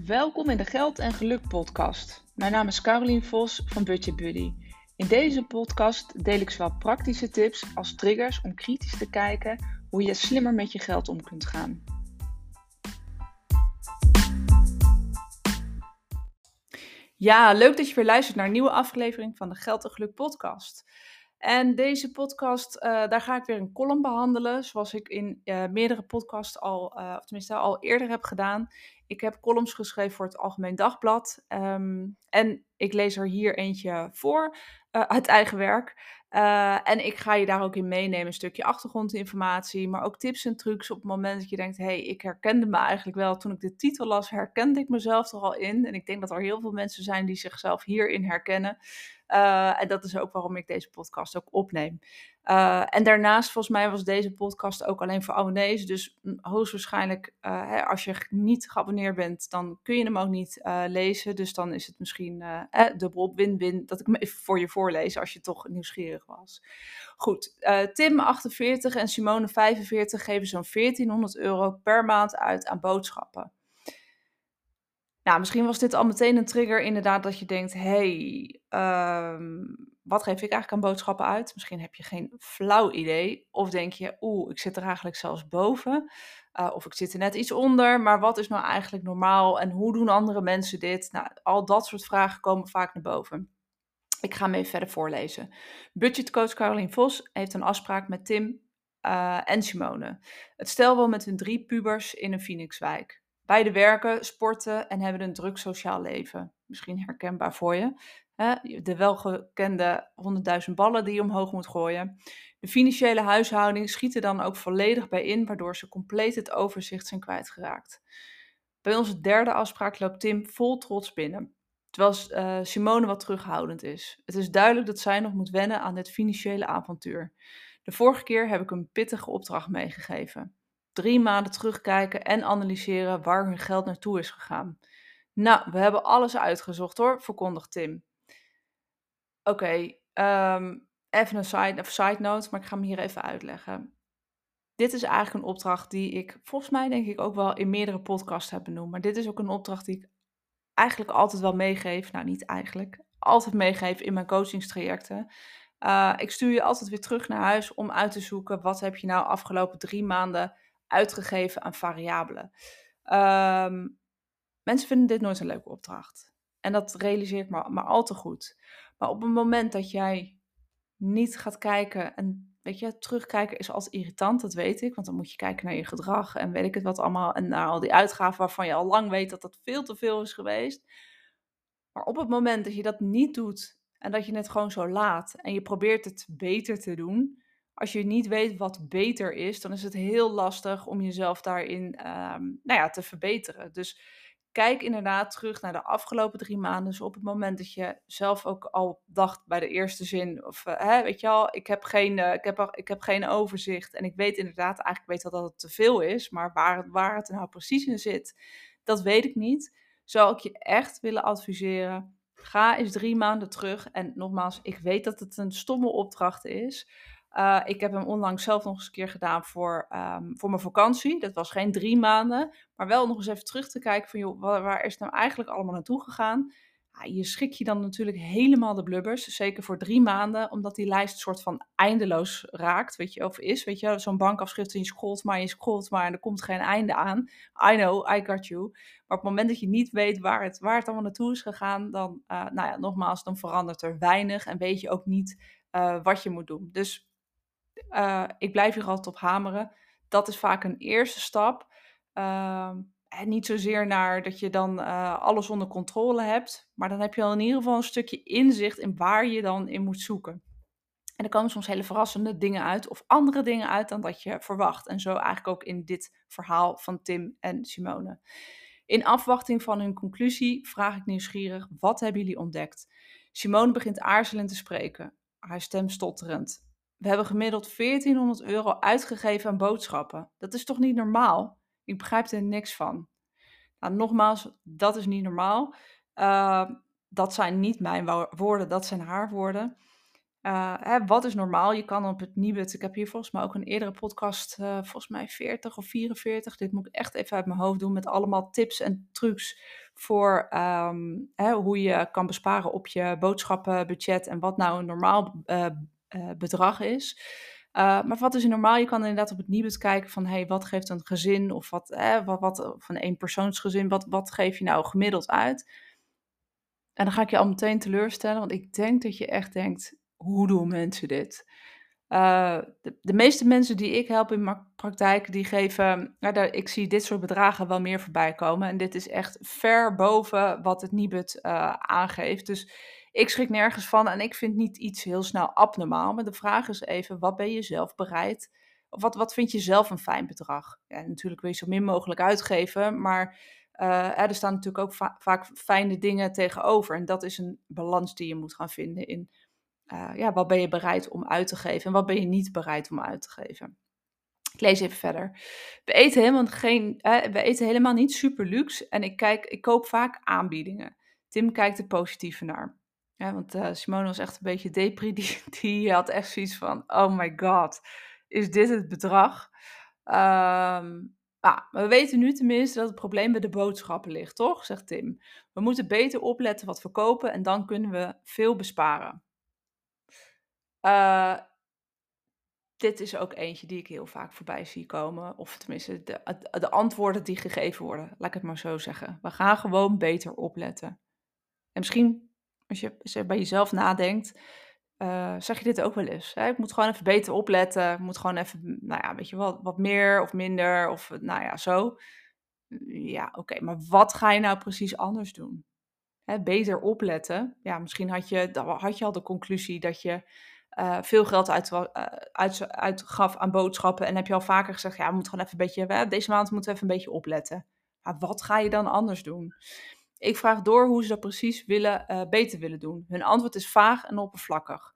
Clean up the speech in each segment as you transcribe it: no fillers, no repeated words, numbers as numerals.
Welkom in de Geld en Geluk podcast. Mijn naam is Carolien Vos van Budget Buddy. In deze podcast deel ik zowel praktische tips als triggers om kritisch te kijken hoe je slimmer met je geld om kunt gaan. Ja, leuk dat je weer luistert naar een nieuwe aflevering van de Geld en Geluk podcast. En deze podcast, daar ga ik weer een column behandelen, zoals ik in meerdere podcasts al eerder heb gedaan. Ik heb columns geschreven voor het Algemeen Dagblad en ik lees er hier eentje voor uit eigen werk. En ik ga je daar ook in meenemen, een stukje achtergrondinformatie, maar ook tips en trucs op het moment dat je denkt, hey, ik herkende me eigenlijk wel. Toen ik de titel las, herkende ik mezelf er al in. En ik denk dat er heel veel mensen zijn die zichzelf hierin herkennen. En dat is ook waarom ik deze podcast ook opneem. En daarnaast, volgens mij was deze podcast ook alleen voor abonnees. Dus hoogstwaarschijnlijk, als je niet geabonneerd bent, dan kun je hem ook niet lezen. Dus dan is het misschien dubbel win-win dat ik hem even voor je voorlees als je toch nieuwsgierig was. Goed, Tim, 48 en Simone, 45, geven zo'n €1400 per maand uit aan boodschappen. Nou, misschien was dit al meteen een trigger inderdaad dat je denkt, hey, wat geef ik eigenlijk aan boodschappen uit? Misschien heb je geen flauw idee. Of denk je, ik zit er eigenlijk zelfs boven. Of ik zit er net iets onder, maar wat is nou eigenlijk normaal? En hoe doen andere mensen dit? Nou, al dat soort vragen komen vaak naar boven. Ik ga hem even verder voorlezen. Budgetcoach Carolien Vos heeft een afspraak met Tim en Simone. Het stel woont met hun 3 pubers in een Phoenixwijk. Beide werken, sporten en hebben een druk sociaal leven. Misschien herkenbaar voor je. De welgekende 100.000 ballen die je omhoog moet gooien. De financiële huishouding schiet er dan ook volledig bij in, waardoor ze compleet het overzicht zijn kwijtgeraakt. Bij onze derde afspraak loopt Tim vol trots binnen, terwijl Simone wat terughoudend is. Het is duidelijk dat zij nog moet wennen aan dit financiële avontuur. De vorige keer heb ik een pittige opdracht meegegeven. 3 maanden terugkijken en analyseren waar hun geld naartoe is gegaan. Nou, we hebben alles uitgezocht hoor, verkondigt Tim. Oké, even een side note, maar ik ga hem hier even uitleggen. Dit is eigenlijk een opdracht die ik, volgens mij denk ik ook wel in meerdere podcasts heb benoemd. Maar dit is ook een opdracht die ik eigenlijk altijd wel meegeef. Nou, niet eigenlijk. Altijd meegeef in mijn coachingstrajecten. Ik stuur je altijd weer terug naar huis om uit te zoeken, wat heb je nou afgelopen 3 maanden uitgegeven aan variabelen. Mensen vinden dit nooit een leuke opdracht. En dat realiseer ik maar al te goed. Maar op het moment dat jij niet gaat kijken en weet je, terugkijken is altijd irritant, dat weet ik. Want dan moet je kijken naar je gedrag en weet ik het wat allemaal. En naar al die uitgaven waarvan je al lang weet dat dat veel te veel is geweest. Maar op het moment dat je dat niet doet en dat je het gewoon zo laat en je probeert het beter te doen. Als je niet weet wat beter is, dan is het heel lastig om jezelf daarin te verbeteren. Dus kijk inderdaad terug naar de afgelopen 3 maanden. Dus op het moment dat je zelf ook al dacht bij de eerste zin, of weet je al, ik heb geen overzicht. En ik weet inderdaad, eigenlijk weet ik dat het te veel is, maar waar het nou precies in zit, dat weet ik niet. Zou ik je echt willen adviseren, ga eens 3 maanden terug. En nogmaals, ik weet dat het een stomme opdracht is. Ik heb hem onlangs zelf nog eens een keer gedaan voor mijn vakantie. Dat was geen 3 maanden, maar wel nog eens even terug te kijken van, joh, waar is het nou eigenlijk allemaal naartoe gegaan? Ja, je schrik je dan natuurlijk helemaal de blubbers, zeker voor 3 maanden, omdat die lijst soort van eindeloos raakt, weet je, of is, weet je, zo'n bankafschrift en je scrolt maar en er komt geen einde aan. I know, I got you. Maar op het moment dat je niet weet waar het allemaal naartoe is gegaan, dan, nogmaals, dan verandert er weinig en weet je ook niet wat je moet doen. Dus ik blijf hier altijd op hameren. Dat is vaak een eerste stap. En niet zozeer naar dat je dan alles onder controle hebt. Maar dan heb je al in ieder geval een stukje inzicht in waar je dan in moet zoeken. En er komen soms hele verrassende dingen uit of andere dingen uit dan dat je verwacht. En zo eigenlijk ook in dit verhaal van Tim en Simone. In afwachting van hun conclusie vraag ik nieuwsgierig, wat hebben jullie ontdekt? Simone begint aarzelend te spreken, haar stem stotterend. We hebben gemiddeld €1400 uitgegeven aan boodschappen. Dat is toch niet normaal? Ik begrijp er niks van. Nou, nogmaals, dat is niet normaal. Dat zijn niet mijn woorden, dat zijn haar woorden. Wat is normaal? Je kan op het Nibud, ik heb hier volgens mij ook een eerdere podcast, volgens mij 40 of 44. Dit moet ik echt even uit mijn hoofd doen met allemaal tips en trucs voor hoe je kan besparen op je boodschappenbudget en wat nou een normaal bedrag is. Maar wat is normaal? Je kan inderdaad op het Nibud kijken van, hey, wat geeft een gezin of of een eenpersoonsgezin, wat geef je nou gemiddeld uit? En dan ga ik je al meteen teleurstellen, want ik denk dat je echt denkt: "Hoe doen mensen dit?" De meeste mensen die ik help in mijn praktijk, die geven ik zie dit soort bedragen wel meer voorbij komen en dit is echt ver boven wat het Nibud, aangeeft. Dus ik schrik nergens van en ik vind niet iets heel snel abnormaal. Maar de vraag is even: wat ben je zelf bereid of wat vind je zelf een fijn bedrag? Ja, natuurlijk wil je zo min mogelijk uitgeven, maar er staan natuurlijk ook vaak fijne dingen tegenover. En dat is een balans die je moet gaan vinden in wat ben je bereid om uit te geven en wat ben je niet bereid om uit te geven. Ik lees even verder. We eten helemaal niet super luxe en ik koop vaak aanbiedingen. Tim kijkt er positiever naar. Ja, want Simone was echt een beetje depri. Die had echt zoiets van: oh my god, is dit het bedrag? Ehm, we weten nu tenminste dat het probleem bij de boodschappen ligt, toch? Zegt Tim. We moeten beter opletten wat we kopen en dan kunnen we veel besparen. Eh, Dit is ook eentje die ik heel vaak voorbij zie komen. Of tenminste, de antwoorden die gegeven worden. Laat ik het maar zo zeggen. We gaan gewoon beter opletten. En misschien, als je bij jezelf nadenkt, zeg je dit ook wel eens. Hè? Ik moet gewoon even beter opletten. Ik moet gewoon even, nou ja, weet je wel, wat meer of minder. Of nou ja, zo. Ja, oké. Maar wat ga je nou precies anders doen? Hè, beter opletten. Ja, misschien had je al de conclusie dat je veel geld uitgaf aan boodschappen. En heb je al vaker gezegd, ja, we moeten gewoon even een beetje, deze maand moeten we even een beetje opletten. Maar wat ga je dan anders doen? Ik vraag door hoe ze dat precies beter willen doen. Hun antwoord is vaag en oppervlakkig.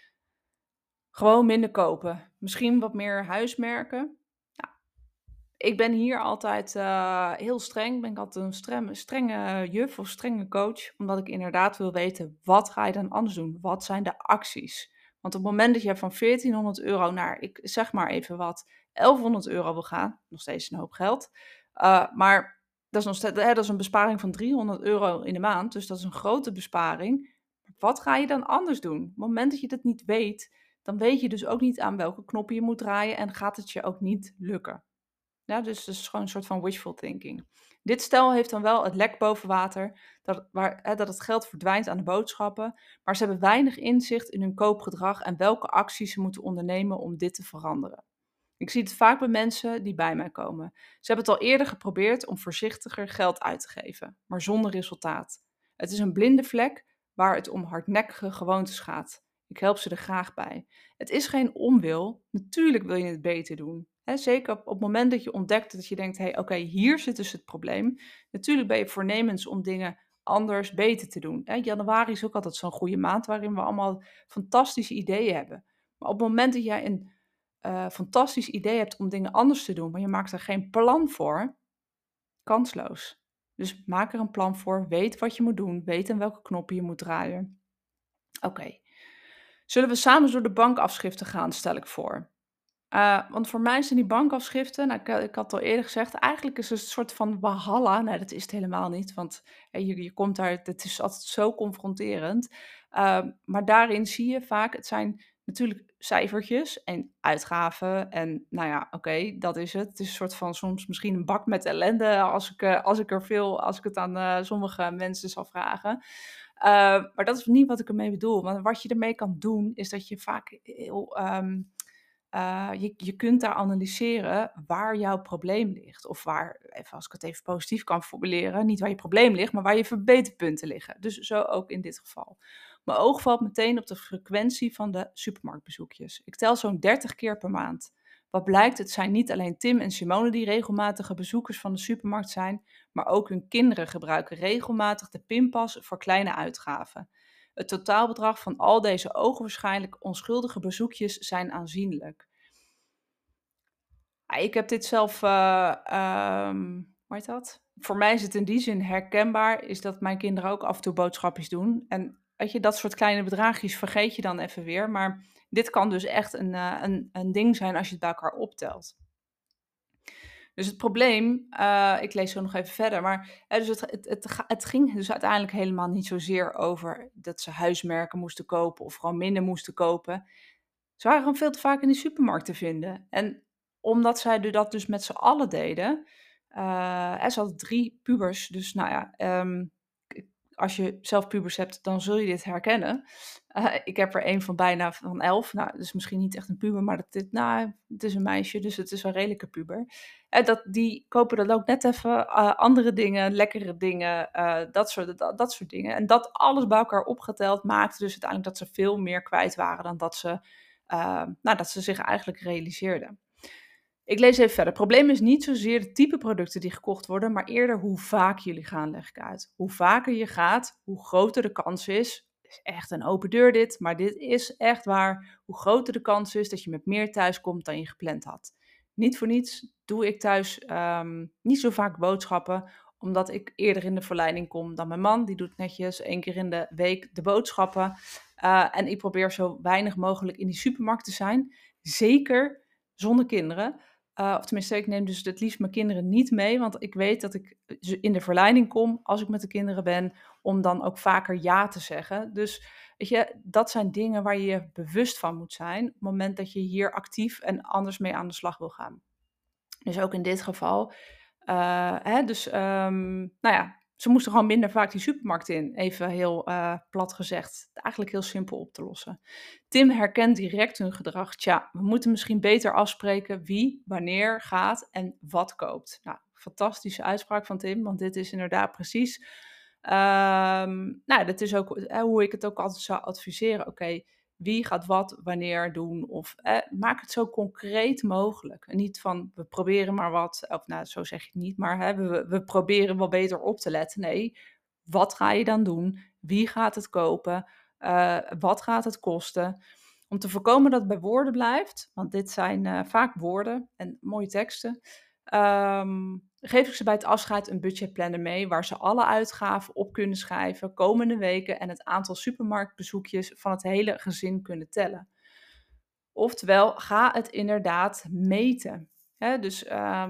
Gewoon minder kopen. Misschien wat meer huismerken. Nou, ik ben hier altijd heel streng. Ben ik altijd een strenge juf of strenge coach. Omdat ik inderdaad wil weten, wat ga je dan anders doen? Wat zijn de acties? Want op het moment dat je van 1400 € naar, ik zeg maar even wat, 1100 € wil gaan, nog steeds een hoop geld. Maar dat is nog steeds, dat is een besparing van 300 € in de maand. Dus dat is een grote besparing. Wat ga je dan anders doen? Op het moment dat je dat niet weet, dan weet je dus ook niet aan welke knoppen je moet draaien en gaat het je ook niet lukken. Ja, dus het is gewoon een soort van wishful thinking. Dit stel heeft dan wel het lek boven water, dat het geld verdwijnt aan de boodschappen, maar ze hebben weinig inzicht in hun koopgedrag en welke acties ze moeten ondernemen om dit te veranderen. Ik zie het vaak bij mensen die bij mij komen. Ze hebben het al eerder geprobeerd om voorzichtiger geld uit te geven, maar zonder resultaat. Het is een blinde vlek waar het om hardnekkige gewoontes gaat. Ik help ze er graag bij. Het is geen onwil. Natuurlijk wil je het beter doen. Zeker op het moment dat je ontdekt dat je denkt, hey, oké, hier zit dus het probleem. Natuurlijk ben je voornemens om dingen anders, beter te doen. Januari is ook altijd zo'n goede maand waarin we allemaal fantastische ideeën hebben. Maar op het moment dat jij een fantastisch idee hebt om dingen anders te doen, maar je maakt er geen plan voor, kansloos. Dus maak er een plan voor, weet wat je moet doen, weet aan welke knoppen je moet draaien. Oké. Zullen we samen door de bankafschriften gaan, stel ik voor. Want voor mij zijn die bankafschriften, nou, ik had al eerder gezegd, eigenlijk is het een soort van walhalla. Nee, dat is het helemaal niet, want je komt daar, het is altijd zo confronterend. Maar daarin zie je vaak, het zijn natuurlijk cijfertjes en uitgaven. En nou ja, oké, dat is het. Het is een soort van soms misschien een bak met ellende als ik het aan sommige mensen zal vragen. Maar dat is niet wat ik ermee bedoel. Want wat je ermee kan doen, is dat je vaak heel... je kunt daar analyseren waar jouw probleem ligt. Of waar, even als ik het even positief kan formuleren, niet waar je probleem ligt, maar waar je verbeterpunten liggen. Dus zo ook in dit geval. Mijn oog valt meteen op de frequentie van de supermarktbezoekjes. Ik tel zo'n 30 keer per maand. Wat blijkt, het zijn niet alleen Tim en Simone die regelmatige bezoekers van de supermarkt zijn, maar ook hun kinderen gebruiken regelmatig de pinpas voor kleine uitgaven. Het totaalbedrag van al deze ogenwaarschijnlijk onschuldige bezoekjes zijn aanzienlijk. Ik heb dit zelf, hoe heet dat? Voor mij is het in die zin herkenbaar, is dat mijn kinderen ook af en toe boodschapjes doen. En weet je, dat soort kleine bedragjes vergeet je dan even weer. Maar dit kan dus echt een ding zijn als je het bij elkaar optelt. Dus het probleem, ik lees zo nog even verder, maar dus het ging dus uiteindelijk helemaal niet zozeer over dat ze huismerken moesten kopen of gewoon minder moesten kopen. Ze waren gewoon veel te vaak in de supermarkt te vinden. En omdat zij dat dus met z'n allen deden, ze hadden 3 pubers, dus nou ja, als je zelf pubers hebt, dan zul je dit herkennen. Ik heb er een van bijna van 11. Nou, dat is misschien niet echt een puber, maar het is een meisje, dus het is een redelijke puber. Die kopen dan ook net even andere dingen, lekkere dingen, dat soort dingen. En dat alles bij elkaar opgeteld maakte dus uiteindelijk dat ze veel meer kwijt waren dan dat ze zich eigenlijk realiseerden. Ik lees even verder. Het probleem is niet zozeer het type producten die gekocht worden, maar eerder hoe vaak jullie gaan, leg ik uit. Hoe vaker je gaat, hoe groter de kans is. Het is echt een open deur dit, maar dit is echt waar. Hoe groter de kans is dat je met meer thuis komt dan je gepland had. Niet voor niets doe ik thuis niet zo vaak boodschappen, omdat ik eerder in de verleiding kom dan mijn man. Die doet netjes 1 keer in de week de boodschappen. En ik probeer zo weinig mogelijk in die supermarkt te zijn. Zeker zonder kinderen. Of tenminste, ik neem dus het liefst mijn kinderen niet mee, want ik weet dat ik in de verleiding kom als ik met de kinderen ben, om dan ook vaker ja te zeggen. Dus weet je, dat zijn dingen waar je je bewust van moet zijn op het moment dat je hier actief en anders mee aan de slag wil gaan. Dus ook in dit geval. Nou ja, ze moesten gewoon minder vaak die supermarkt in. Even heel plat gezegd. Eigenlijk heel simpel op te lossen. Tim herkent direct hun gedrag. Tja, we moeten misschien beter afspreken wie, wanneer gaat en wat koopt. Nou, fantastische uitspraak van Tim, want dit is inderdaad precies. Nou, dat is ook hoe ik het ook altijd zou adviseren. Oké, wie gaat wat wanneer doen? Of maak het zo concreet mogelijk. En niet van we proberen maar wat. Of nou, zo zeg je het niet. Maar we proberen wel beter op te letten. Nee, wat ga je dan doen? Wie gaat het kopen? Wat gaat het kosten? Om te voorkomen dat het bij woorden blijft. Want dit zijn vaak woorden en mooie teksten. Geef ik ze bij het afscheid een budgetplanner mee waar ze alle uitgaven op kunnen schrijven, komende weken en het aantal supermarktbezoekjes van het hele gezin kunnen tellen. Oftewel, ga het inderdaad meten. Dus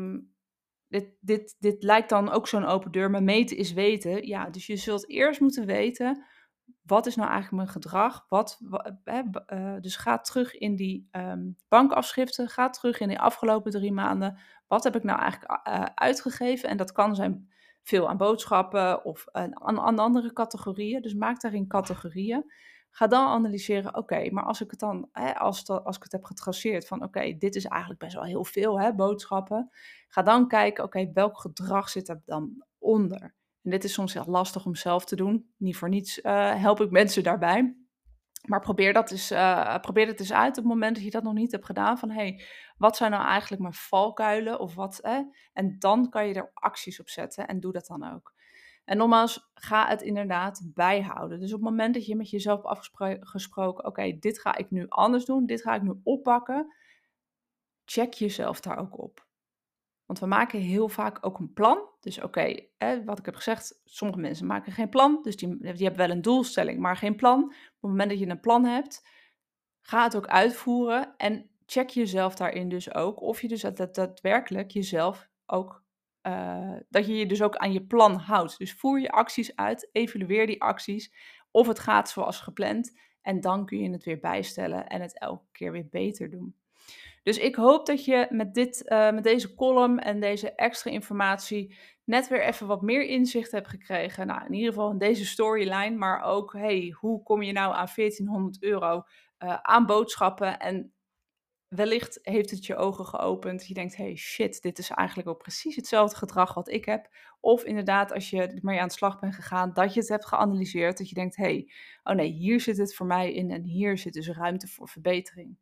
dit lijkt dan ook zo'n open deur, maar meten is weten. Ja, dus je zult eerst moeten weten, wat is nou eigenlijk mijn gedrag? Dus ga terug in die bankafschriften, ga terug in die afgelopen 3 maanden. Wat heb ik nou eigenlijk uitgegeven? En dat kan zijn veel aan boodschappen of aan andere categorieën. Dus maak daarin categorieën. Ga dan analyseren, oké, maar als ik het dan, als ik het heb getraceerd van oké, dit is eigenlijk best wel heel veel boodschappen. Ga dan kijken, oké, welk gedrag zit er dan onder? En dit is soms heel lastig om zelf te doen. Niet voor niets help ik mensen daarbij. Maar probeer dat eens uit op het moment dat je dat nog niet hebt gedaan. Van hey, wat zijn nou eigenlijk mijn valkuilen? Of wat, En dan kan je er acties op zetten en doe dat dan ook. En nogmaals, ga het inderdaad bijhouden. Dus op het moment dat je met jezelf hebt afgesproken, oké, dit ga ik nu anders doen, dit ga ik nu oppakken, check jezelf daar ook op. Want we maken heel vaak ook een plan. Dus oké, wat ik heb gezegd, sommige mensen maken geen plan. Dus die hebben wel een doelstelling, maar geen plan. Op het moment dat je een plan hebt, ga het ook uitvoeren. En check jezelf daarin dus ook. Of je dus daadwerkelijk jezelf ook, dat je je dus ook aan je plan houdt. Dus voer je acties uit, evalueer die acties. Of het gaat zoals gepland. En dan kun je het weer bijstellen en het elke keer weer beter doen. Dus ik hoop dat je met deze column en deze extra informatie net weer even wat meer inzicht hebt gekregen. Nou, in ieder geval in deze storyline, maar ook, hey, hoe kom je nou aan €1400 aan boodschappen? En wellicht heeft het je ogen geopend. Je denkt, hey, shit, dit is eigenlijk ook precies hetzelfde gedrag wat ik heb. Of inderdaad, als je ermee aan de slag bent gegaan, dat je het hebt geanalyseerd. Dat je denkt, hey, oh nee, hier zit het voor mij in en hier zit dus ruimte voor verbetering.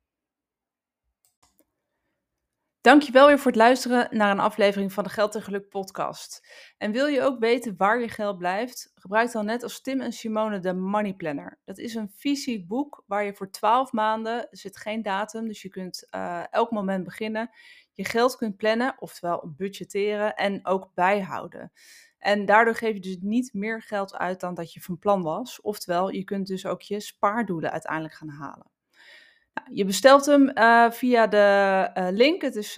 Dankjewel weer voor het luisteren naar een aflevering van de Geld en Geluk podcast. En wil je ook weten waar je geld blijft? Gebruik dan net als Tim en Simone de Money Planner. Dat is een fysiek boek waar je voor 12 maanden, er zit geen datum, dus je kunt elk moment beginnen, je geld kunt plannen, oftewel budgetteren en ook bijhouden. En daardoor geef je dus niet meer geld uit dan dat je van plan was. Oftewel, je kunt dus ook je spaardoelen uiteindelijk gaan halen. Nou, je bestelt hem via de link. Het is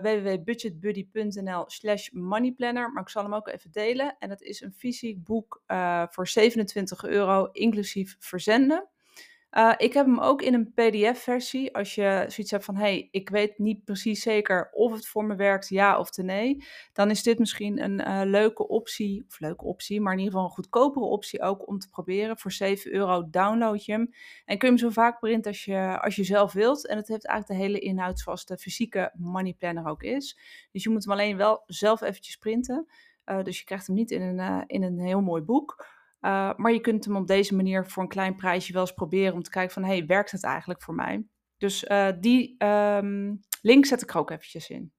www.budgetbuddy.nl/moneyplanner. Maar ik zal hem ook even delen. En het is een fysiek boek voor €27, inclusief verzenden. Ik heb hem ook in een PDF-versie. Als je zoiets hebt van, hey, ik weet niet precies zeker of het voor me werkt, ja of nee. Dan is dit misschien een leuke optie, maar in ieder geval een goedkopere optie ook om te proberen. Voor €7 download je hem. En kun je hem zo vaak printen als je zelf wilt. En het heeft eigenlijk de hele inhoud zoals de fysieke money planner ook is. Dus je moet hem alleen wel zelf eventjes printen. Dus je krijgt hem niet in een heel mooi boek. Maar je kunt hem op deze manier voor een klein prijsje wel eens proberen om te kijken van, hey, werkt het eigenlijk voor mij? Dus die link zet ik er ook eventjes in.